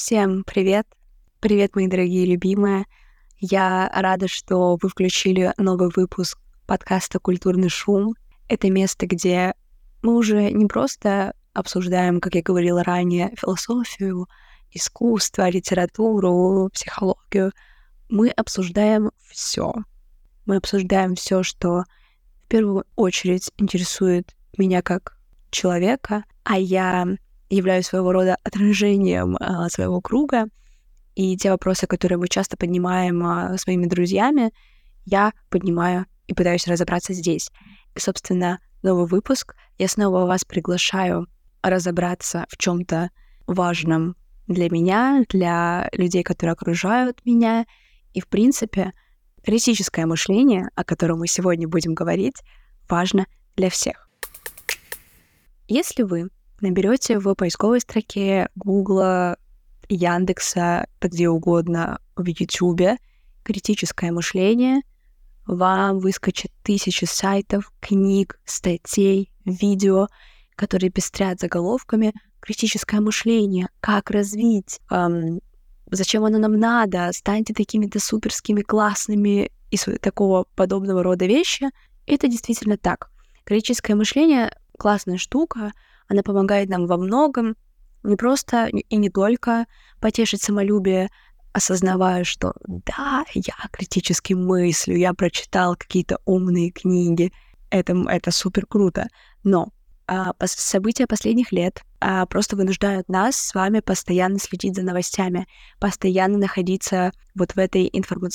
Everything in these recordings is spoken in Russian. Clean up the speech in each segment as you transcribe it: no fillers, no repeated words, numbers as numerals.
Всем привет! Привет, мои дорогие любимые! Я рада, что вы включили новый выпуск подкаста «Культурный шум». Это место, где мы уже не просто обсуждаем, как я говорила ранее, философию, искусство, литературу, психологию. Мы обсуждаем все. Мы обсуждаем все, что в первую очередь интересует меня как человека, а я являюсь своего рода отражением своего круга, и те вопросы, которые мы часто поднимаем своими друзьями, я поднимаю и пытаюсь разобраться здесь. И, собственно, новый выпуск. Я снова вас приглашаю разобраться в чем-то важном для меня, для людей, которые окружают меня. И, в принципе, критическое мышление, о котором мы сегодня будем говорить, важно для всех. Если вы наберете в поисковой строке Гугла, Яндекса, где угодно, в Ютубе критическое мышление, вам выскочат тысячи сайтов, книг, статей, видео, которые пестрят заголовками «Критическое мышление», «Как развить?», «Зачем оно нам надо?», «Станьте такими-то суперскими, классными» и такого подобного рода вещи. Это действительно так. Критическое мышление — классная штука, она помогает нам во многом, не просто и не только потешить самолюбие, осознавая, что да, я критически мыслю, я прочитал какие-то умные книги, это супер круто. Но события последних лет просто вынуждают нас с вами постоянно следить за новостями, постоянно находиться вот в этой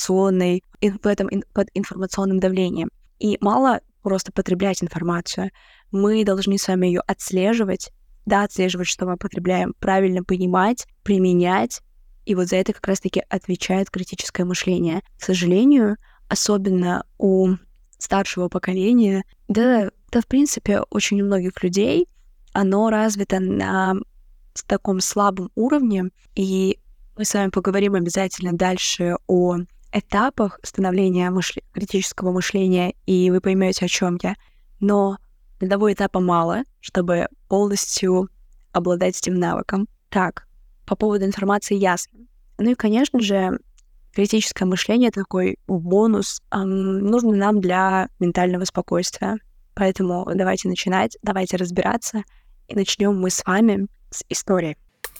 под информационным давлением. И мало просто потреблять информацию. Мы должны с вами ее отслеживать, что мы потребляем, правильно понимать, применять. И вот за это как раз-таки отвечает критическое мышление. К сожалению, особенно у старшего поколения, да в принципе, очень у многих людей оно развито на таком слабом уровне. И мы с вами поговорим обязательно дальше о этапах становления критического мышления, и вы поймете, о чем я. Но одного этапа мало, чтобы полностью обладать этим навыком. Так, по поводу информации ясно. Ну и, конечно же, критическое мышление — такой бонус, нужный нам для ментального спокойствия. Поэтому давайте начинать, давайте разбираться, и начнем мы с вами с истории.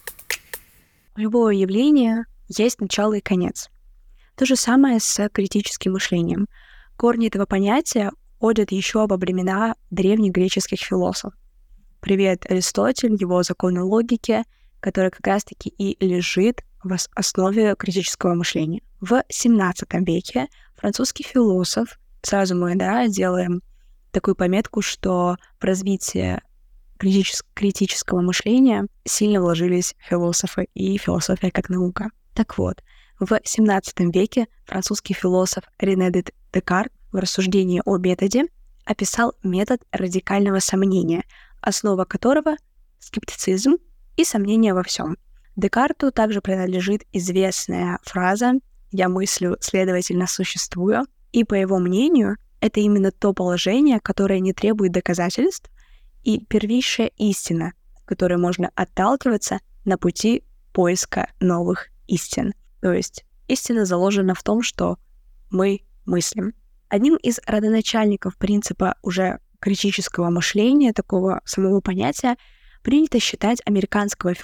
У любого явления есть начало и конец. То же самое с критическим мышлением. Корни этого понятия ходят еще во времена древних греческих философов. Привет, Аристотель, его законы логики, который как раз-таки и лежит в основе критического мышления. В 17 веке французский философ, сразу мы делаем такую пометку, что в развитие критического мышления сильно вложились философы и философия как наука. Так вот, в 17 веке французский философ Рене Декарт в рассуждении о методе описал метод радикального сомнения, основа которого — скептицизм и сомнение во всем. Декарту также принадлежит известная фраза «я мыслю, следовательно, существую», и, по его мнению, это именно то положение, которое не требует доказательств, и первейшая истина, от которой можно отталкиваться на пути поиска новых истин. То есть истина заложена в том, что мы мыслим. Одним из родоначальников принципа уже критического мышления, такого самого понятия, принято считать американского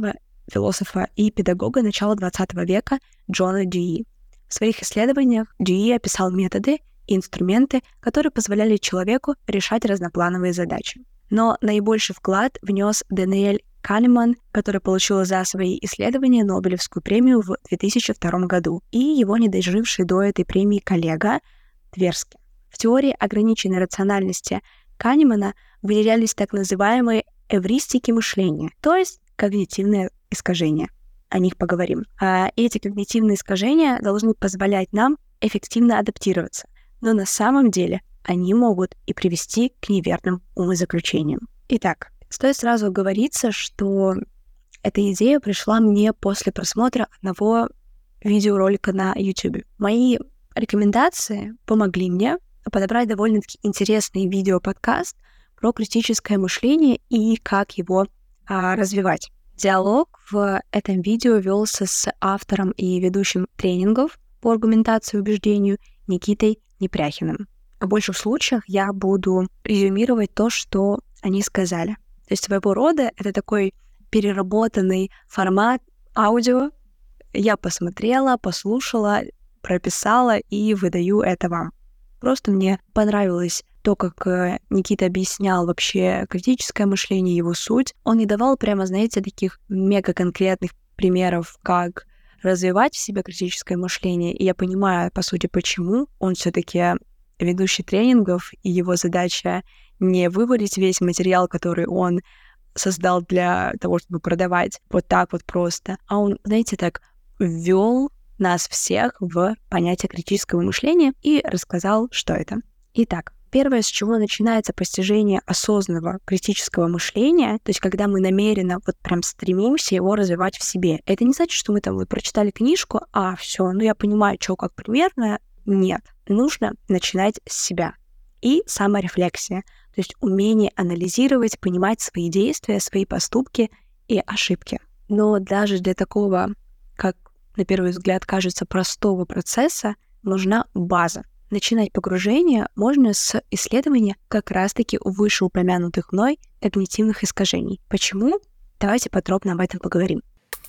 философа и педагога начала XX века Джона Дьюи. В своих исследованиях Дьюи описал методы и инструменты, которые позволяли человеку решать разноплановые задачи. Но наибольший вклад внес Даниэль Канеман, который получил за свои исследования Нобелевскую премию в 2002 году, и его недоживший до этой премии коллега Тверски. В теории ограниченной рациональности Канемана выделялись так называемые эвристики мышления, то есть когнитивные искажения. О них поговорим. И эти когнитивные искажения должны позволять нам эффективно адаптироваться, но на самом деле они могут и привести к неверным умозаключениям. Итак, стоит сразу оговориться, что эта идея пришла мне после просмотра одного видеоролика на YouTube. Мои рекомендации помогли мне подобрать довольно-таки интересный видеоподкаст про критическое мышление и как его развивать. Диалог в этом видео велся с автором и ведущим тренингов по аргументации и убеждению Никитой Непряхиным. В больших случаях я буду резюмировать то, что они сказали. То есть своего рода это такой переработанный формат аудио. Я посмотрела, послушала, прописала и выдаю это вам. Просто мне понравилось то, как Никита объяснял вообще критическое мышление, его суть. Он не давал прямо, знаете, таких мега-конкретных примеров, как развивать в себе критическое мышление. И я понимаю, по сути, почему он все-таки ведущий тренингов, и его задача не вывалить весь материал, который он создал для того, чтобы продавать вот так вот просто, а он, знаете, так ввел нас всех в понятие критического мышления и рассказал, что это. Итак, первое, с чего начинается постижение осознанного критического мышления, то есть когда мы намеренно вот прям стремимся его развивать в себе. Это не значит, что мы там вот прочитали книжку, все, я понимаю, что как примерно. Нет, нужно начинать с себя. И саморефлексия, то есть умение анализировать, понимать свои действия, свои поступки и ошибки. Но даже для такого, как на первый взгляд кажется, простого процесса, нужна база. Начинать погружение можно с исследования как раз-таки вышеупомянутых мной когнитивных искажений. Почему? Давайте подробно об этом поговорим.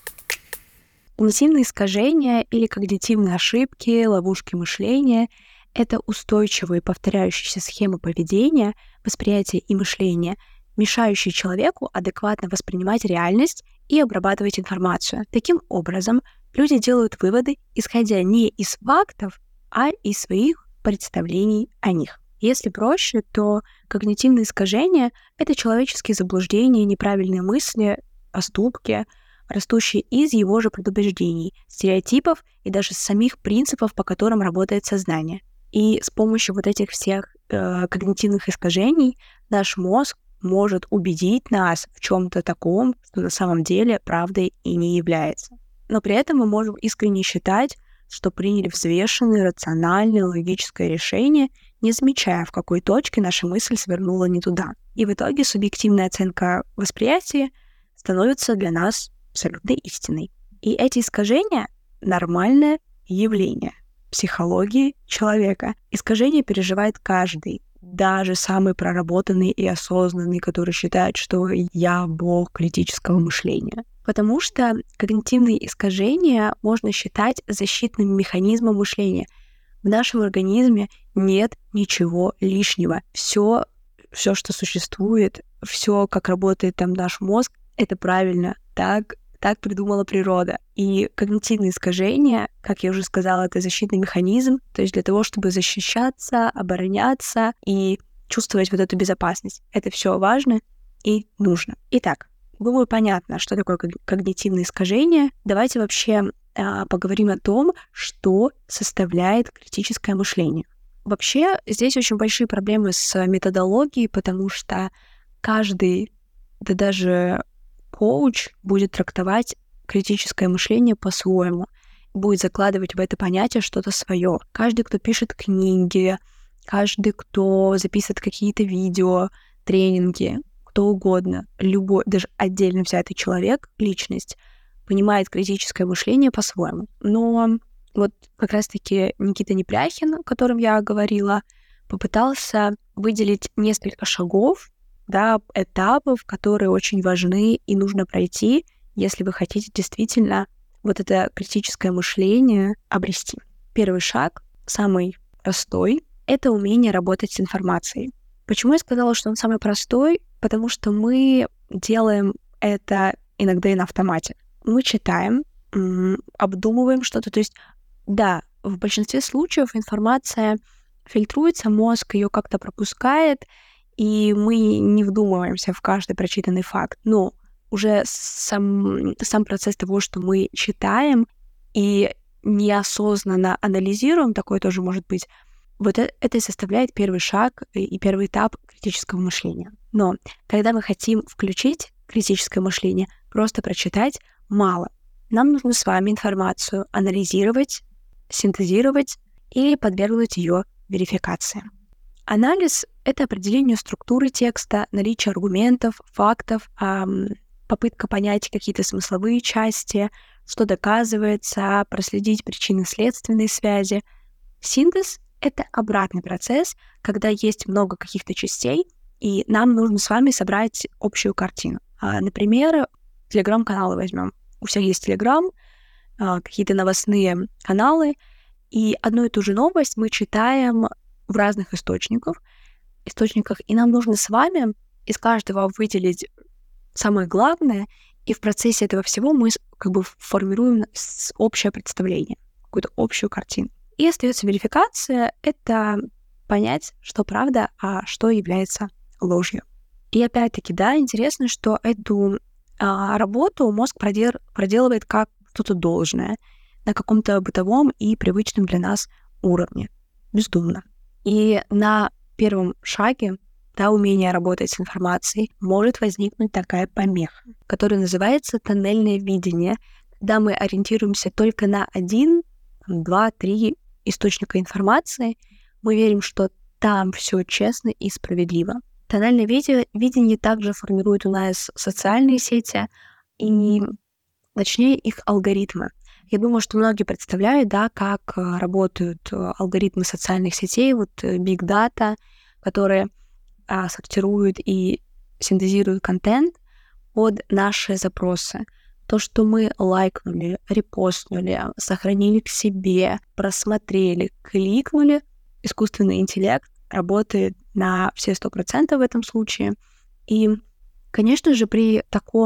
Когнитивные искажения или когнитивные ошибки, ловушки мышления — это устойчивые повторяющиеся схемы поведения, восприятия и мышления, мешающие человеку адекватно воспринимать реальность и обрабатывать информацию. Таким образом, люди делают выводы, исходя не из фактов, а из своих представлений о них. Если проще, то когнитивные искажения — это человеческие заблуждения, неправильные мысли, поступки, растущие из его же предубеждений, стереотипов и даже самих принципов, по которым работает сознание. И с помощью вот этих всех когнитивных искажений наш мозг может убедить нас в чем-то таком, что на самом деле правдой и не является. Но при этом мы можем искренне считать, что приняли взвешенное, рациональное, логическое решение, не замечая, в какой точке наша мысль свернула не туда. И в итоге субъективная оценка восприятия становится для нас абсолютной истиной. И эти искажения — нормальное явление психологии человека. Искажение переживает каждый, даже самый проработанный и осознанный, который считает, что я бог критического мышления. Потому что когнитивные искажения можно считать защитным механизмом мышления. В нашем организме нет ничего лишнего. Все, что существует, все, как работает там наш мозг, это правильно, так придумала природа. И когнитивные искажения, как я уже сказала, это защитный механизм, то есть для того, чтобы защищаться, обороняться и чувствовать вот эту безопасность. Это все важно и нужно. Итак, думаю, понятно, что такое когнитивные искажения. Давайте вообще поговорим о том, что составляет критическое мышление. Вообще, здесь очень большие проблемы с методологией, потому что каждый, да даже коуч будет трактовать критическое мышление по-своему, будет закладывать в это понятие что-то свое. Каждый, кто пишет книги, каждый, кто записывает какие-то видео, тренинги, кто угодно, любой, даже отдельно взятый человек, личность, понимает критическое мышление по-своему. Но вот как раз-таки Никита Непряхин, о котором я говорила, попытался выделить несколько шагов, этапов, которые очень важны и нужно пройти, если вы хотите действительно вот это критическое мышление обрести. Первый шаг, самый простой, это умение работать с информацией. Почему я сказала, что он самый простой? Потому что мы делаем это иногда и на автомате. Мы читаем, обдумываем что-то. То есть, да, в большинстве случаев информация фильтруется, мозг ее как-то пропускает, и мы не вдумываемся в каждый прочитанный факт. Но уже сам процесс того, что мы читаем и неосознанно анализируем, такое тоже может быть, вот это и составляет первый шаг и первый этап критического мышления. Но когда мы хотим включить критическое мышление, просто прочитать мало. Нам нужно с вами информацию анализировать, синтезировать или подвергнуть ее верификации. Анализ — это определение структуры текста, наличие аргументов, фактов, попытка понять какие-то смысловые части, что доказывается, проследить причинно-следственные связи. Синтез — это обратный процесс, когда есть много каких-то частей, и нам нужно с вами собрать общую картину. Например, телеграм-каналы возьмем. У всех есть телеграм, какие-то новостные каналы, и одну и ту же новость мы читаем в разных источниках, и нам нужно с вами из каждого выделить самое главное, и в процессе этого всего мы как бы формируем общее представление, какую-то общую картину. И остается верификация — это понять, что правда, а что является ложью. И опять-таки, да, интересно, что эту работу мозг проделывает как что-то должное на каком-то бытовом и привычном для нас уровне, бездумно. И на первом шаге, да, умения работать с информацией, может возникнуть такая помеха, которая называется тоннельное видение, когда мы ориентируемся только на 1, 2, 3 источника информации, мы верим, что там все честно и справедливо. Тоннельное видение также формирует у нас социальные сети и, точнее, их алгоритмы. Я думаю, что многие представляют, да, как работают алгоритмы социальных сетей, Big Data, которые сортируют и синтезируют контент под наши запросы. То, что мы лайкнули, репостнули, сохранили к себе, просмотрели, кликнули, искусственный интеллект работает на все 100% в этом случае. И, конечно же, при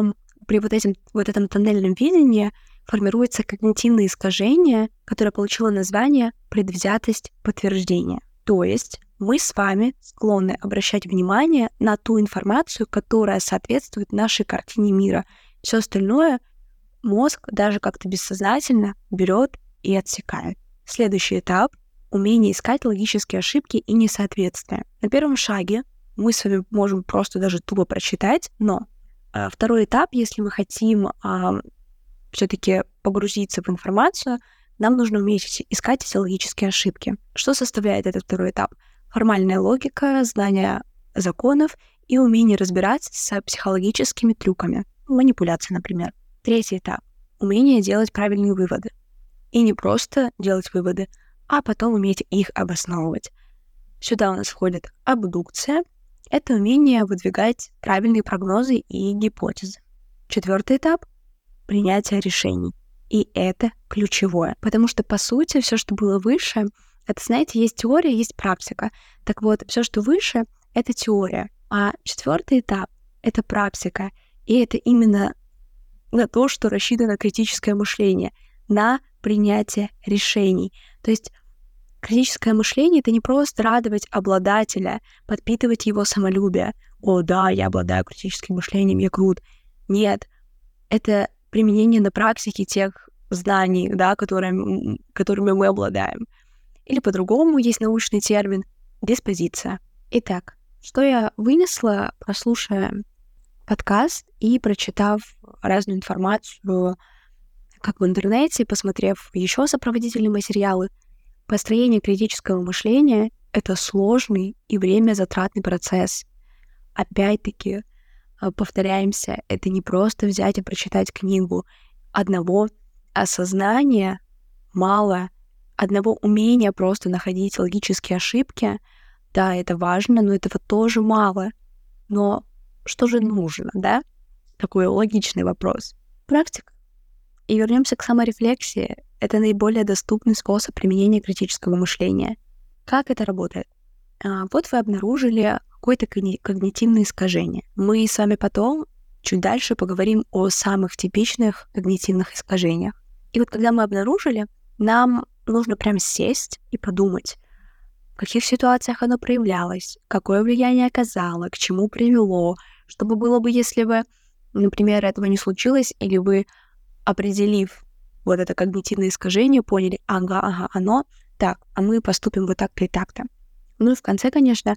этом тоннельном видении формируется когнитивное искажение, которое получило название предвзятость подтверждения. То есть мы с вами склонны обращать внимание на ту информацию, которая соответствует нашей картине мира. Все остальное мозг даже как-то бессознательно берет и отсекает. Следующий этап — умение искать логические ошибки и несоответствия. На первом шаге мы с вами можем просто даже тупо прочитать, но второй этап, если мы хотим все-таки погрузиться в информацию, нам нужно уметь искать эти логические ошибки. Что составляет этот второй этап? Формальная логика, знание законов и умение разбираться с психологическими трюками. Манипуляция, например. Третий этап — умение делать правильные выводы. И не просто делать выводы, а потом уметь их обосновывать. Сюда у нас входит абдукция. Это умение выдвигать правильные прогнозы и гипотезы. Четвертый этап — принятие решений. И это ключевое, потому что, по сути, все, что было выше, это, знаете, есть теория, есть практика. Так вот, все, что выше, это теория. А четвертый этап — это практика. И это именно на то, что рассчитано критическое мышление, на принятие решений. То есть критическое мышление — это не просто радовать обладателя, подпитывать его самолюбие. «О, да, я обладаю критическим мышлением, я крут». Нет, это применение на практике тех знаний, да, которыми мы обладаем. Или по-другому есть научный термин — диспозиция. Итак, что я вынесла, прослушав подкаст и прочитав разную информацию как в интернете, посмотрев еще сопроводительные материалы? Построение критического мышления — это сложный и времязатратный процесс. Опять-таки, повторяемся, это не просто взять и прочитать книгу. Одного осознания мало, одного умения просто находить логические ошибки. Да, это важно, но этого тоже мало. Но что же нужно, да? Такой логичный вопрос. Практика. И вернемся к саморефлексии. Это наиболее доступный способ применения критического мышления. Как это работает? Вот вы обнаружили какое-то когнитивное искажение. Мы с вами потом чуть дальше поговорим о самых типичных когнитивных искажениях. И вот когда мы обнаружили, нам нужно прям сесть и подумать, в каких ситуациях оно проявлялось, какое влияние оказало, к чему привело, что бы было бы, если бы, например, этого не случилось, или вы, определив вот это когнитивное искажение, поняли, ага, оно так, а мы поступим вот так-то и так-то. Ну и в конце, конечно,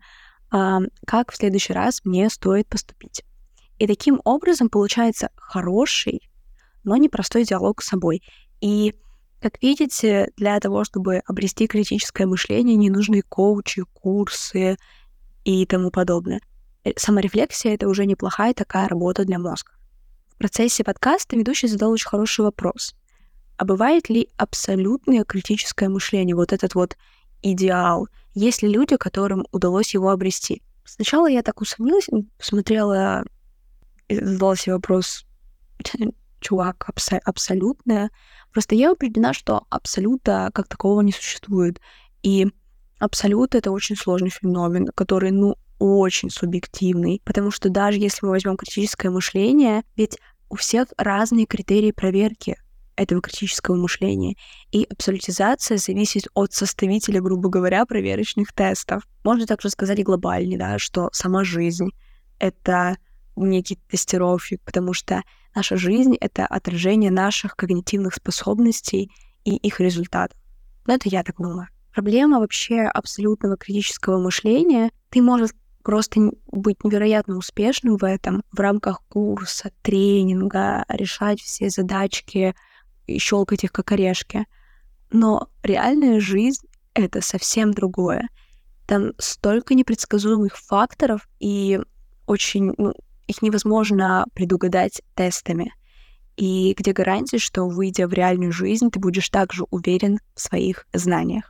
как в следующий раз мне стоит поступить. И таким образом получается хороший, но непростой диалог с собой. И, как видите, для того, чтобы обрести критическое мышление, не нужны коучи, курсы и тому подобное. Саморефлексия — это уже неплохая такая работа для мозга. В процессе подкаста ведущий задал очень хороший вопрос. А бывает ли абсолютное критическое мышление, вот этот вот идеал? Есть ли люди, которым удалось его обрести? Сначала я так усомнилась, посмотрела и задала себе вопрос, чувак, абсолютное. Просто я убеждена, что абсолюта как такового не существует. И абсолют — это очень сложный феномен, который, очень субъективный. Потому что даже если мы возьмем критическое мышление, ведь у всех разные критерии проверки этого критического мышления. И абсолютизация зависит от составителя, грубо говоря, проверочных тестов. Можно также сказать глобальнее, да, что сама жизнь — это некий тестировщик, потому что наша жизнь — это отражение наших когнитивных способностей и их результатов. Но это я так думаю. Проблема вообще абсолютного критического мышления. Ты можешь просто быть невероятно успешным в этом в рамках курса, тренинга, решать все задачки и щелкать их как орешки. Но реальная жизнь — это совсем другое. Там столько непредсказуемых факторов, и очень, их невозможно предугадать тестами. И где гарантия, что, выйдя в реальную жизнь, ты будешь также уверен в своих знаниях.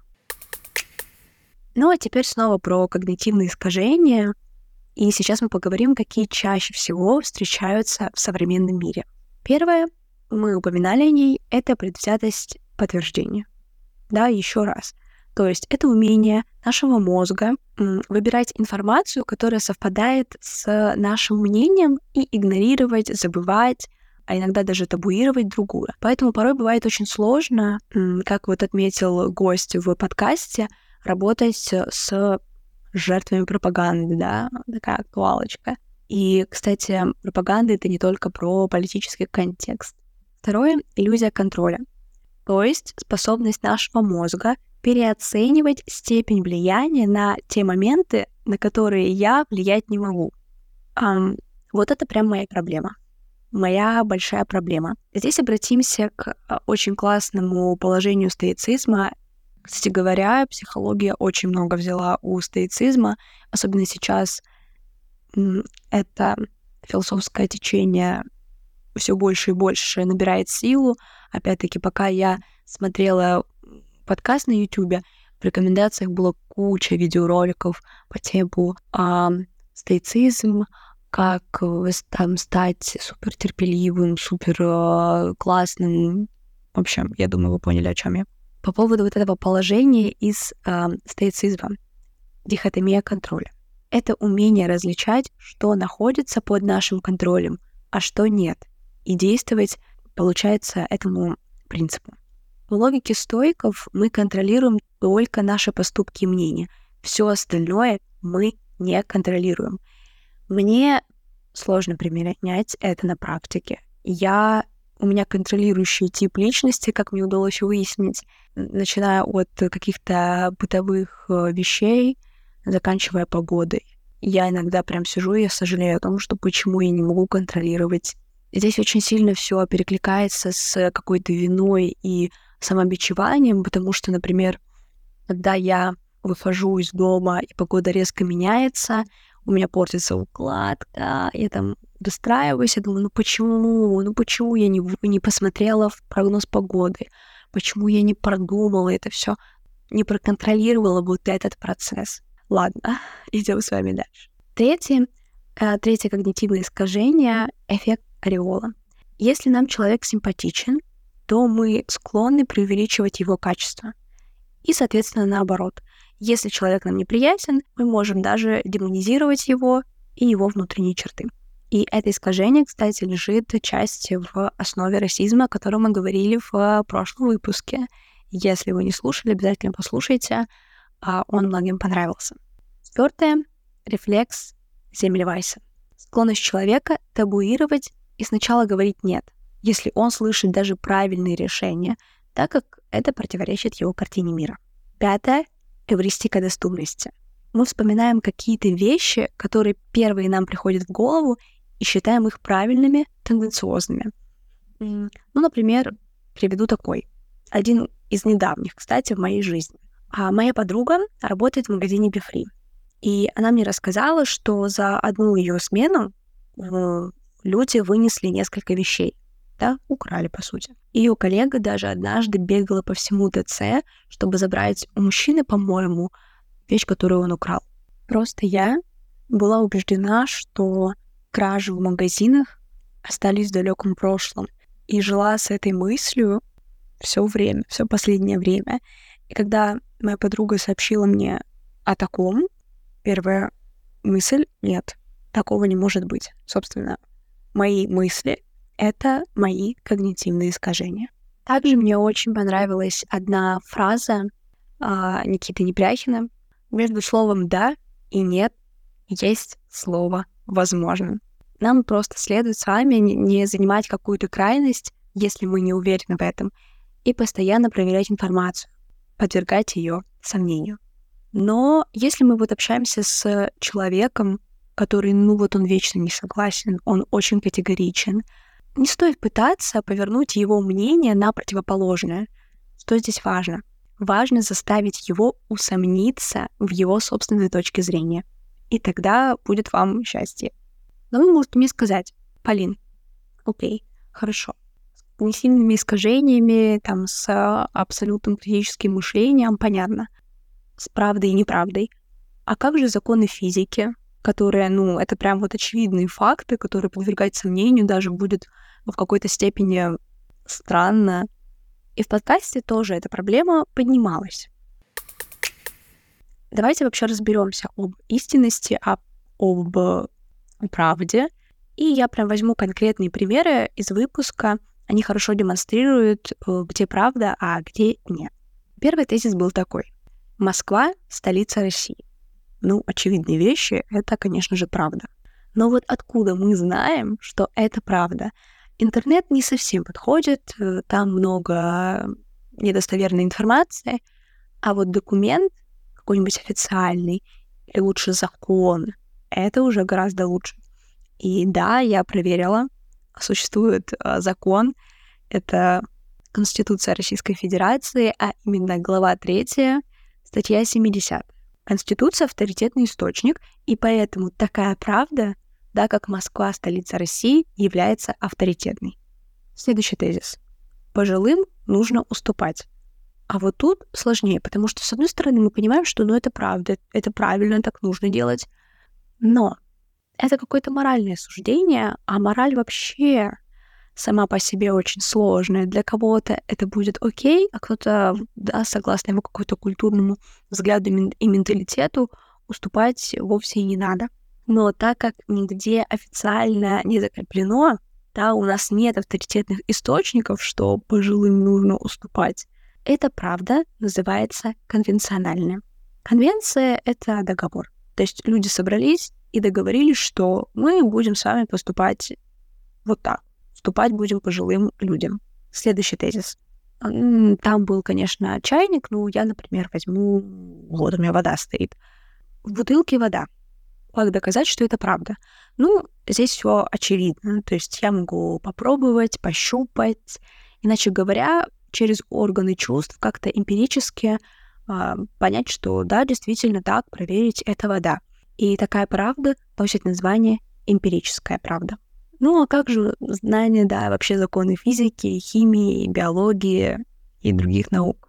Ну а теперь снова про когнитивные искажения. И сейчас мы поговорим, какие чаще всего встречаются в современном мире. Первое, мы упоминали о ней, это предвзятость подтверждения. Да, еще раз. То есть это умение нашего мозга выбирать информацию, которая совпадает с нашим мнением, и игнорировать, забывать, а иногда даже табуировать другую. Поэтому порой бывает очень сложно, как вот отметил гость в подкасте, работать с жертвами пропаганды, да, такая актуалочка. И, кстати, пропаганда — это не только про политический контекст. Второе — иллюзия контроля. То есть способность нашего мозга переоценивать степень влияния на те моменты, на которые я влиять не могу. Вот это прям моя проблема. Моя большая проблема. Здесь обратимся к очень классному положению стоицизма. Кстати говоря, психология очень много взяла у стоицизма, особенно сейчас это философское течение все больше и больше набирает силу. Опять-таки, пока я смотрела подкаст на YouTube, в рекомендациях было куча видеороликов по тему стоицизм, как там стать супертерпеливым, супер классным. В общем, я думаю, вы поняли, о чем я. По поводу вот этого положения из стоицизма. Дихотомия контроля. Это умение различать, что находится под нашим контролем, а что нет. И действовать, получается, этому принципу. В логике стоиков мы контролируем только наши поступки и мнения. Все остальное мы не контролируем. Мне сложно применять это на практике. У меня контролирующий тип личности, как мне удалось выяснить, начиная от каких-то бытовых вещей, заканчивая погодой. Я иногда прям сижу и сожалею о том, что почему я не могу контролировать. Здесь очень сильно все перекликается с какой-то виной и самобичеванием, потому что, например, когда я выхожу из дома и погода резко меняется, у меня портится укладка, я там расстраиваюсь, я думаю, почему я не посмотрела в прогноз погоды, почему я не продумала это все, не проконтролировала вот этот процесс. Ладно, идем с вами дальше. Третье когнитивное искажение — эффект ореола. Если нам человек симпатичен, то мы склонны преувеличивать его качества. И, соответственно, наоборот. Если человек нам неприятен, мы можем даже демонизировать его и его внутренние черты. И это искажение, кстати, лежит частью в основе расизма, о котором мы говорили в прошлом выпуске. Если вы не слушали, обязательно послушайте. Он многим понравился. Четвертое — рефлекс Землевайса. Склонность человека табуировать и сначала говорить «нет», если он слышит даже правильные решения, так как это противоречит его картине мира. Пятое — эвристика доступности. Мы вспоминаем какие-то вещи, которые первые нам приходят в голову, и считаем их правильными, тенденциозными. Например, приведу такой. Один из недавних, кстати, в моей жизни. Моя подруга работает в магазине Бифри. И она мне рассказала, что за одну ее смену в люди вынесли несколько вещей, да, украли, по сути. Ее коллега даже однажды бегала по всему ТЦ, чтобы забрать у мужчины, по-моему, вещь, которую он украл. Просто я была убеждена, что кражи в магазинах остались в далеком прошлом, и жила с этой мыслью все последнее время. И когда моя подруга сообщила мне о таком, первая мысль — нет, такого не может быть. Собственно, мои мысли — это мои когнитивные искажения. Также мне очень понравилась одна фраза Никиты Непряхина. Между словом «да» и «нет» есть слово «возможно». Нам просто следует с вами не занимать какую-то крайность, если мы не уверены в этом, и постоянно проверять информацию, подвергать ее сомнению. Но если мы общаемся с человеком, который, он вечно не согласен, он очень категоричен, не стоит пытаться повернуть его мнение на противоположное. Что здесь важно? Важно заставить его усомниться в его собственной точке зрения. И тогда будет вам счастье. Но вы можете мне сказать: Полин, окей, хорошо, с когнитивными искажениями, с абсолютным критическим мышлением, понятно, с правдой и неправдой. А как же законы физики, которые, это прям очевидные факты, которые подвергать сомнению даже будет в какой-то степени странно. И в подкасте тоже эта проблема поднималась. Давайте вообще разберемся об истинности, об правде. И я прям возьму конкретные примеры из выпуска. Они хорошо демонстрируют, где правда, а где нет. Первый тезис был такой: Москва — столица России. Очевидные вещи — это, конечно же, правда. Но откуда мы знаем, что это правда? Интернет не совсем подходит, там много недостоверной информации, а документ какой-нибудь официальный, или лучше закон, это уже гораздо лучше. И да, я проверила, существует закон, это Конституция Российской Федерации, а именно глава 3, статья 70. Конституция — авторитетный источник, и поэтому такая правда, как Москва — столица России, является авторитетной. Следующий тезис. Пожилым нужно уступать. А тут сложнее, потому что, с одной стороны, мы понимаем, что это правда, это правильно, так нужно делать, но это какое-то моральное суждение, а мораль вообще сама по себе очень сложная. Для кого-то это будет окей, а кто-то, согласно его какому-то культурному взгляду и менталитету, уступать вовсе не надо. Но так как нигде официально не закреплено, у нас нет авторитетных источников, что пожилым нужно уступать, эта правда называется конвенциональная. Конвенция — это договор. То есть люди собрались и договорились, что мы будем с вами поступать так. Уступать будем пожилым людям. Следующий тезис. Там был, конечно, чайник, я, например, возьму... у меня вода стоит. В бутылке вода. Как доказать, что это правда? Здесь все очевидно. То есть я могу попробовать, пощупать. Иначе говоря, через органы чувств как-то эмпирически понять, что да, действительно так, проверить — это вода. И такая правда носит название эмпирическая правда. А как же знания, вообще законы физики, химии, биологии и других наук?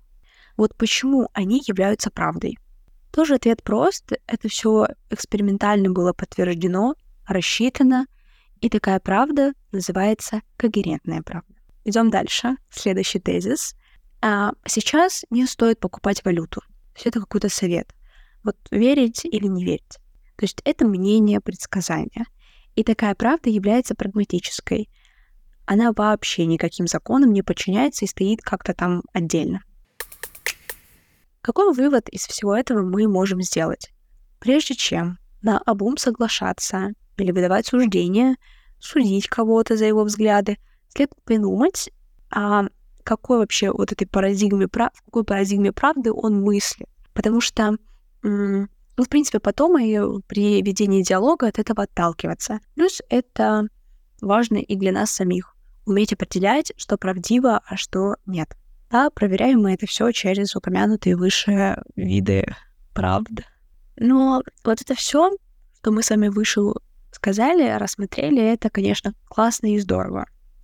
Почему они являются правдой? Тоже ответ прост. Это все экспериментально было подтверждено, рассчитано, и такая правда называется когерентная правда. Идем дальше. Следующий тезис. Сейчас не стоит покупать валюту. То есть это какой-то совет. Верить или не верить. То есть это мнение, предсказание. И такая правда является прагматической. Она вообще никаким законам не подчиняется и стоит как-то там отдельно. Какой вывод из всего этого мы можем сделать? Прежде чем наобум соглашаться или выдавать суждения, судить кого-то за его взгляды, следует придумать, какой вообще в какой парадигме правды он мыслит. Потому что, в принципе, потом и при ведении диалога от этого отталкиваться. Плюс это важно и для нас самих. Уметь определять, что правдиво, а что нет. Проверяем мы это все через упомянутые выше виды правды. Но это все, что мы с вами выше сказали, рассмотрели, это, конечно, классно и здорово.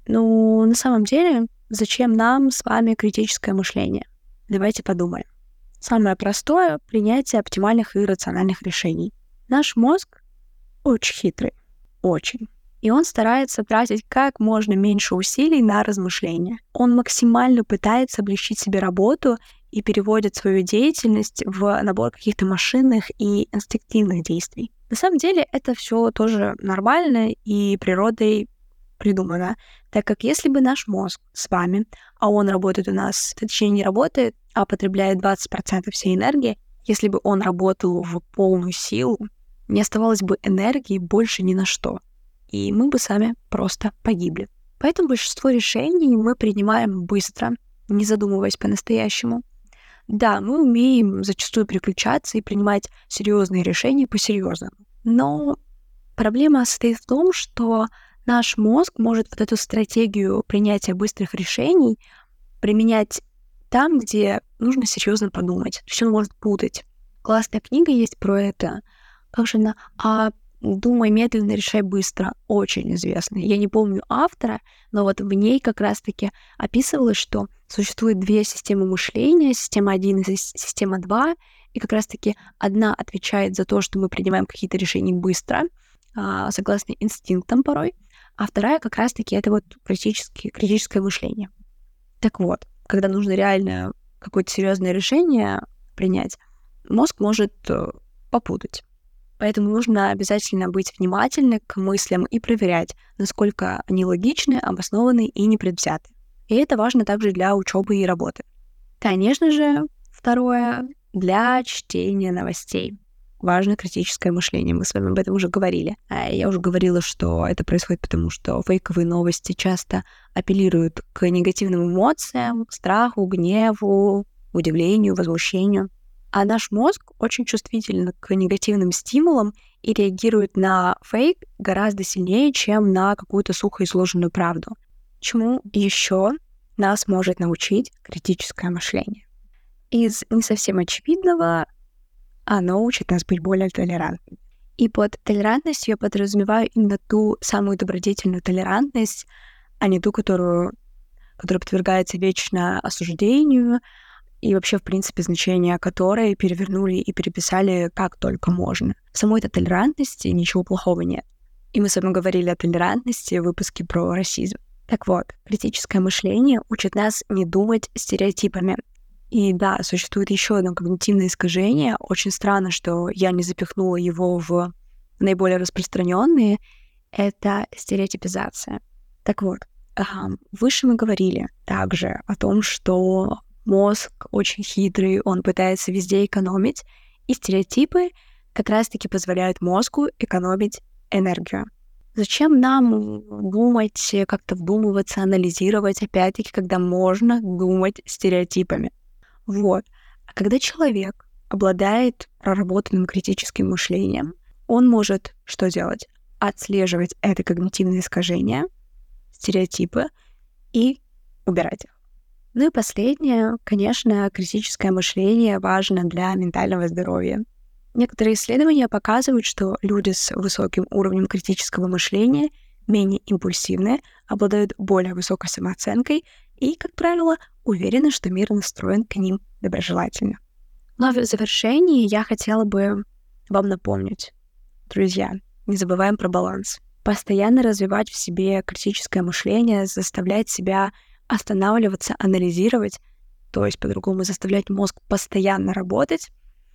Но на самом деле, зачем нам с вами критическое мышление? Давайте подумаем. Самое простое — принятие оптимальных и рациональных решений. Наш мозг очень хитрый, очень. И он старается тратить как можно меньше усилий на размышления. Он максимально пытается облегчить себе работу и переводит свою деятельность в набор каких-то машинных и инстинктивных действий. На самом деле это все тоже нормально и природой придумано, так как если бы наш мозг с вами, а он работает у нас, точнее не работает, а потребляет 20% всей энергии, если бы он работал в полную силу, не оставалось бы энергии больше ни на что, и мы бы сами просто погибли. Поэтому большинство решений мы принимаем быстро, не задумываясь по-настоящему. Да, мы умеем зачастую переключаться и принимать серьезные решения по-серьезному. Но проблема состоит в том, что наш мозг может вот эту стратегию принятия быстрых решений применять там, где нужно серьезно подумать. То есть он может путать. Классная книга есть про это. Как же она? «Думай медленно, решай быстро». Очень известная. Я не помню автора, но вот в ней как раз-таки описывалось, что существует две системы мышления, система 1 и система 2, и как раз-таки одна отвечает за то, что мы принимаем какие-то решения быстро, согласно инстинктам порой, а вторая как раз-таки это вот критическое мышление. Так вот, когда нужно реально какое-то серьезное решение принять, мозг может попутать. Поэтому нужно обязательно быть внимательны к мыслям и проверять, насколько они логичны, обоснованы и непредвзяты. И это важно также для учебы и работы. Конечно же, второе, для чтения новостей. Важно критическое мышление, мы с вами об этом уже говорили. Я уже говорила, что это происходит потому, что фейковые новости часто апеллируют к негативным эмоциям, к страху, гневу, удивлению, возмущению. А наш мозг очень чувствителен к негативным стимулам и реагирует на фейк гораздо сильнее, чем на какую-то сухо изложенную правду. Чему еще нас может научить критическое мышление? Из не совсем очевидного оно учит нас быть более толерантными. И под толерантностью я подразумеваю именно ту самую добродетельную толерантность, а не ту, которая подвергается вечно осуждению, и вообще, в принципе, значения которой перевернули и переписали как только можно. В самой этой толерантности ничего плохого нет. И мы с вами говорили о толерантности в выпуске про расизм. Так вот, критическое мышление учит нас не думать стереотипами. И да, существует еще одно когнитивное искажение. Очень странно, что я не запихнула его в наиболее распространенные. Это стереотипизация. Так вот, выше мы говорили также о том, что мозг очень хитрый, он пытается везде экономить, и стереотипы как раз-таки позволяют мозгу экономить энергию. Зачем нам думать, как-то вдумываться, анализировать, опять-таки, когда можно думать стереотипами? Вот. А когда человек обладает проработанным критическим мышлением, он может что делать? Отслеживать это когнитивное искажение, стереотипы и убирать их. Ну и последнее, конечно, критическое мышление важно для ментального здоровья. Некоторые исследования показывают, что люди с высоким уровнем критического мышления менее импульсивны, обладают более высокой самооценкой и, как правило, уверены, что мир настроен к ним доброжелательно. Но в завершении я хотела бы вам напомнить, друзья, не забываем про баланс. Постоянно развивать в себе критическое мышление, заставлять себя останавливаться, анализировать, то есть по-другому заставлять мозг постоянно работать,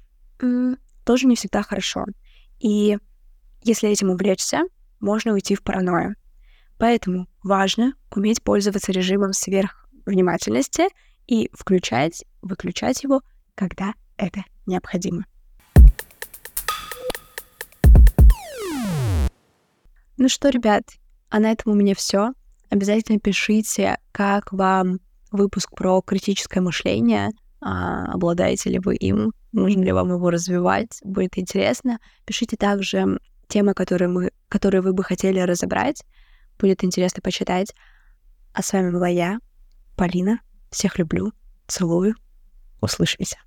тоже не всегда хорошо. И если этим увлечься, можно уйти в паранойю. Поэтому важно уметь пользоваться режимом сверхвнимательности и включать, выключать его, когда это необходимо. Ну что, ребят, а на этом у меня все. Обязательно пишите, как вам выпуск про критическое мышление, обладаете ли вы им, нужно ли вам его развивать, будет интересно. Пишите также темы, которые вы бы хотели разобрать, будет интересно почитать. А с вами была я, Полина. Всех люблю, целую, услышимся.